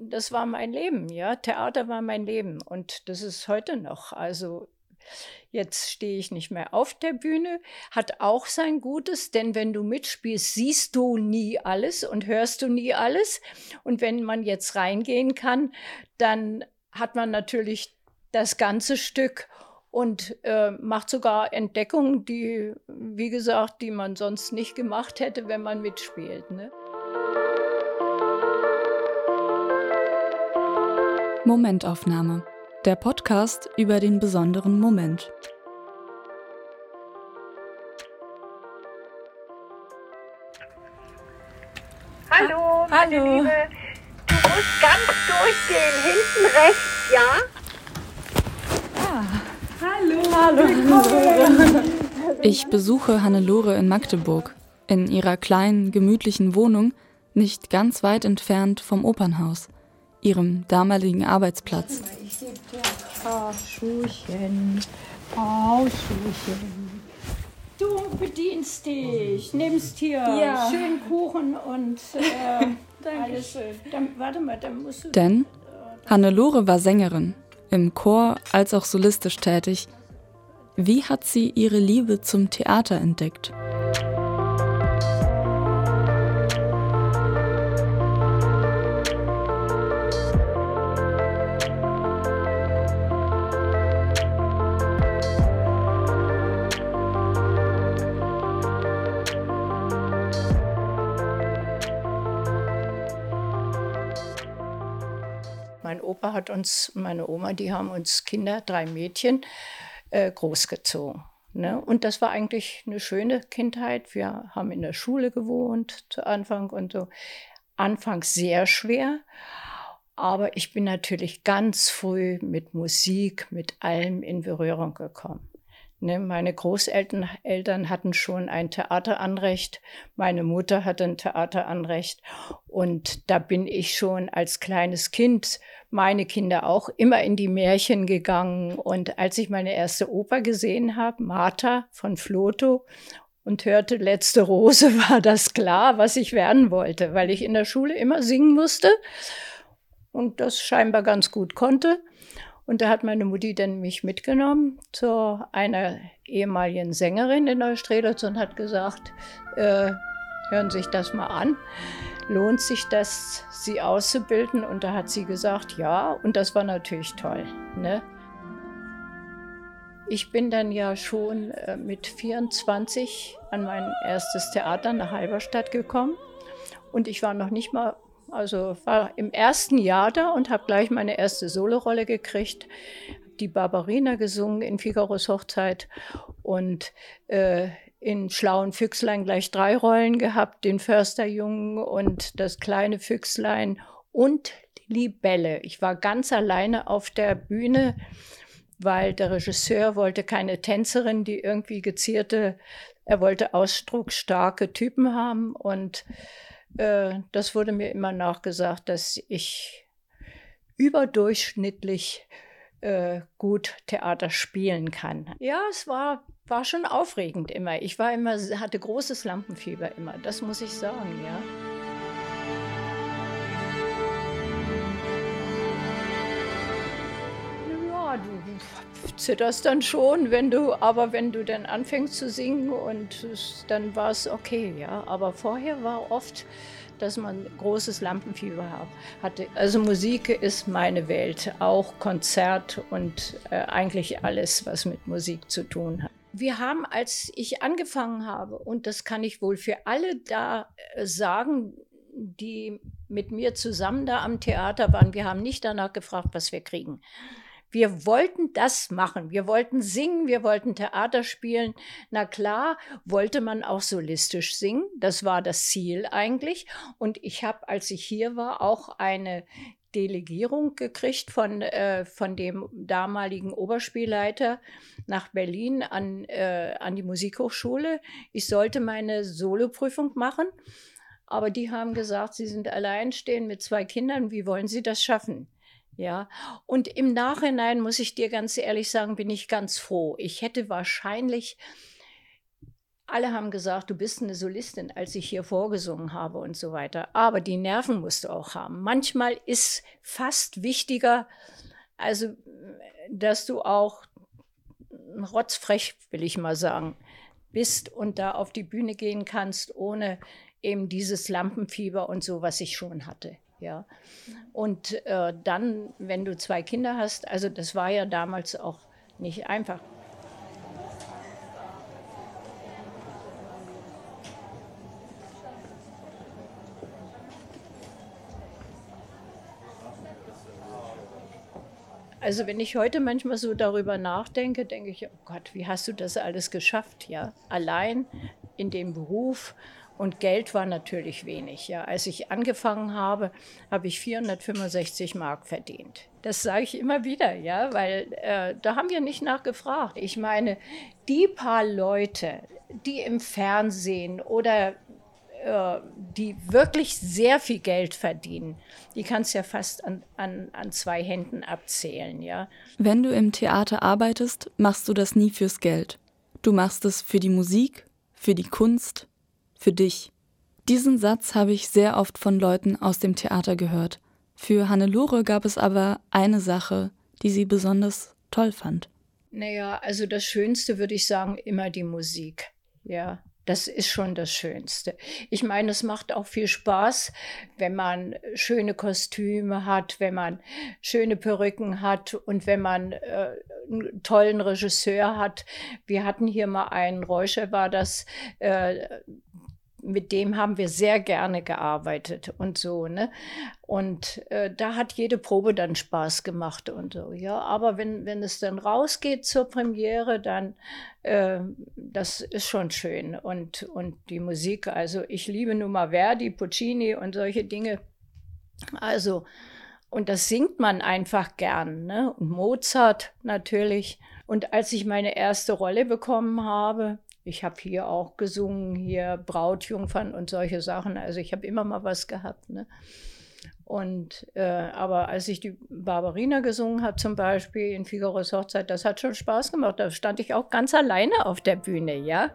das war mein Leben, ja. Theater war mein Leben und das ist heute noch. Also jetzt stehe ich nicht mehr auf der Bühne, hat auch sein Gutes, denn wenn du mitspielst, siehst du nie alles und hörst du nie alles. Und wenn man jetzt reingehen kann, dann hat man natürlich das ganze Stück und macht sogar Entdeckungen, die, wie gesagt, die man sonst nicht gemacht hätte, wenn man mitspielt, ne? Momentaufnahme. Der Podcast über den besonderen Moment. Hallo, meine Liebe. Du musst ganz durchgehen, hinten rechts, ja? Hallo. Ich besuche Hannelore in Magdeburg, in ihrer kleinen, gemütlichen Wohnung, nicht ganz weit entfernt vom Opernhaus, ihrem damaligen Arbeitsplatz. Ich gebe dir ein paar Schuhchen. Oh, Schuhchen. Du bedienst dich, nimmst hier schön Kuchen und alles. Dann, warte mal, dann musst du... Denn Hannelore war Sängerin, im Chor als auch solistisch tätig. Wie hat sie ihre Liebe zum Theater entdeckt? Mein Opa hat uns, meine Oma, die haben uns Kinder, 3 Mädchen, großgezogen. Ne? Und das war eigentlich eine schöne Kindheit. Wir haben in der Schule gewohnt zu Anfang und so. Anfangs sehr schwer, aber ich bin natürlich ganz früh mit Musik, mit allem in Berührung gekommen. Ne, meine Großeltern hatten schon ein Theateranrecht, meine Mutter hatte ein Theateranrecht und da bin ich schon als kleines Kind, meine Kinder auch, immer in die Märchen gegangen. Und als ich meine erste Oper gesehen habe, Martha von Flotow, und hörte Letzte Rose, war das klar, was ich werden wollte, weil ich in der Schule immer singen musste und das scheinbar ganz gut konnte. Und da hat meine Mutti dann mich mitgenommen zu einer ehemaligen Sängerin in Neustrelitz und hat gesagt, hören Sie sich das mal an, lohnt sich das, Sie auszubilden? Und da hat sie gesagt, ja, und das war natürlich toll, ne? Ich bin dann ja schon mit 24 an mein erstes Theater nach Halberstadt gekommen und ich war noch nicht mal, also war im ersten Jahr da und habe gleich meine erste Solorolle gekriegt, die Barbarina gesungen in Figaros Hochzeit und in Schlauen Füchslein gleich 3 Rollen gehabt, den Försterjungen und das kleine Füchslein und Libelle. Ich war ganz alleine auf der Bühne, weil der Regisseur wollte keine Tänzerin, die irgendwie er wollte ausdrucksstarke Typen haben und das wurde mir immer nachgesagt, dass ich überdurchschnittlich gut Theater spielen kann. Ja, es war schon aufregend immer. Hatte großes Lampenfieber immer, das muss ich sagen, ja. Ja, du zitterst dann schon, wenn du dann anfängst zu singen und dann war es okay, ja. Aber vorher war oft, dass man großes Lampenfieber hatte. Also Musik ist meine Welt, auch Konzert und eigentlich alles, was mit Musik zu tun hat. Wir haben, als ich angefangen habe, und das kann ich wohl für alle da sagen, die mit mir zusammen da am Theater waren, wir haben nicht danach gefragt, was wir kriegen. Wir wollten das machen. Wir wollten singen, wir wollten Theater spielen. Na klar, wollte man auch solistisch singen. Das war das Ziel eigentlich. Und ich habe, als ich hier war, auch eine Delegierung gekriegt von dem damaligen Oberspielleiter nach Berlin an die Musikhochschule. Ich sollte meine Soloprüfung machen. Aber die haben gesagt, Sie sind alleinstehend mit 2 Kindern. Wie wollen Sie das schaffen? Ja, und im Nachhinein, muss ich dir ganz ehrlich sagen, bin ich ganz froh. Ich hätte wahrscheinlich alle haben gesagt, du bist eine Solistin, als ich hier vorgesungen habe und so weiter. Aber die Nerven musst du auch haben. Manchmal ist fast wichtiger, also dass du auch rotzfrech, will ich mal sagen, bist und da auf die Bühne gehen kannst, ohne eben dieses Lampenfieber und so, was ich schon hatte. Ja. Und dann, wenn du 2 Kinder hast, also das war ja damals auch nicht einfach. Also wenn ich heute manchmal so darüber nachdenke, denke ich, oh Gott, wie hast du das alles geschafft, ja? Allein in dem Beruf, und Geld war natürlich wenig, ja. Als ich angefangen habe, habe ich 465 Mark verdient. Das sage ich immer wieder, ja, weil da haben wir nicht nachgefragt. Ich meine, die paar Leute, die im Fernsehen oder die wirklich sehr viel Geld verdienen, die kannst du ja fast an 2 Händen abzählen, ja. Wenn du im Theater arbeitest, machst du das nie fürs Geld. Du machst es für die Musik, für die Kunst, für dich. Diesen Satz habe ich sehr oft von Leuten aus dem Theater gehört. Für Hannelore gab es aber eine Sache, die sie besonders toll fand. Naja, also das Schönste würde ich sagen, immer die Musik, ja. Das ist schon das Schönste. Ich meine, es macht auch viel Spaß, wenn man schöne Kostüme hat, wenn man schöne Perücken hat und wenn man einen tollen Regisseur hat. Wir hatten hier mal einen, Reuscher war das, mit dem haben wir sehr gerne gearbeitet und so, ne? Und da hat jede Probe dann Spaß gemacht und so, ja. Aber wenn es dann rausgeht zur Premiere, dann, das ist schon schön. Und die Musik, also ich liebe nun mal Verdi, Puccini und solche Dinge. Also, und das singt man einfach gern, ne? Und Mozart natürlich. Und als ich meine erste Rolle bekommen habe, ich habe hier auch gesungen, hier Brautjungfern und solche Sachen. Also ich habe immer mal was gehabt, ne? Und aber als ich die Barberina gesungen habe, zum Beispiel in Figaros Hochzeit, das hat schon Spaß gemacht. Da stand ich auch ganz alleine auf der Bühne, ja.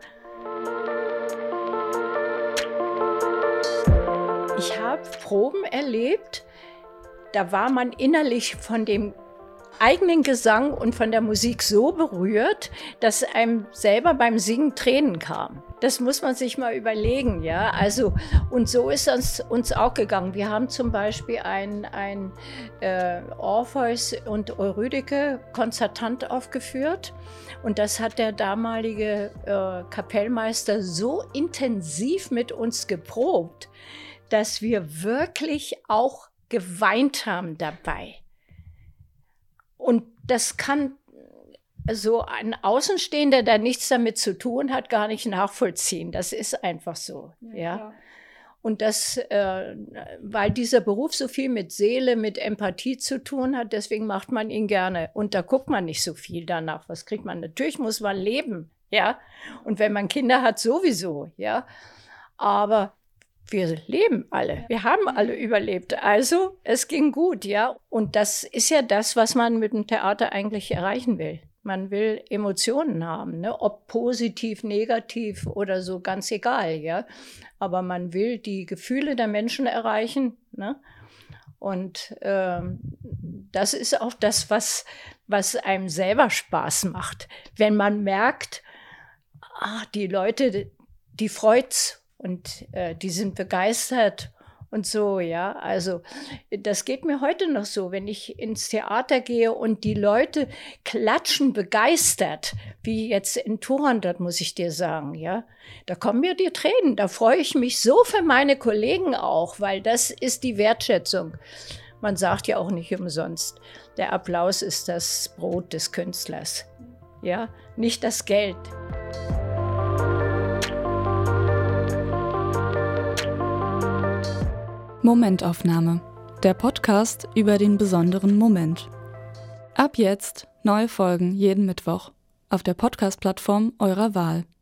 Ich habe Proben erlebt, da war man innerlich von dem eigenen Gesang und von der Musik so berührt, dass einem selber beim Singen Tränen kamen. Das muss man sich mal überlegen, ja. Also, und so ist es uns auch gegangen. Wir haben zum Beispiel ein Orpheus und Eurydike Konzertant aufgeführt. Und das hat der damalige Kapellmeister so intensiv mit uns geprobt, dass wir wirklich auch geweint haben dabei. Und das kann so ein Außenstehender, der nichts damit zu tun hat, gar nicht nachvollziehen. Das ist einfach so, ja. Und das, weil dieser Beruf so viel mit Seele, mit Empathie zu tun hat, deswegen macht man ihn gerne. Und da guckt man nicht so viel danach. Was kriegt man? Natürlich muss man leben, ja. Und wenn man Kinder hat, sowieso, ja. Aber wir leben alle. Wir haben alle überlebt. Also, es ging gut, ja. Und das ist ja das, was man mit dem Theater eigentlich erreichen will. Man will Emotionen haben, ne? Ob positiv, negativ oder so, ganz egal, ja. Aber man will die Gefühle der Menschen erreichen, ne? Und das ist auch das, was einem selber Spaß macht. Wenn man merkt, die Leute, die freut's. Und die sind begeistert und so, ja. Also das geht mir heute noch so, wenn ich ins Theater gehe und die Leute klatschen begeistert, wie jetzt in Turandot, muss ich dir sagen, ja. Da kommen mir die Tränen, da freue ich mich so für meine Kollegen auch, weil das ist die Wertschätzung. Man sagt ja auch nicht umsonst, der Applaus ist das Brot des Künstlers, ja, nicht das Geld. Momentaufnahme, der Podcast über den besonderen Moment. Ab jetzt neue Folgen jeden Mittwoch auf der Podcast-Plattform eurer Wahl.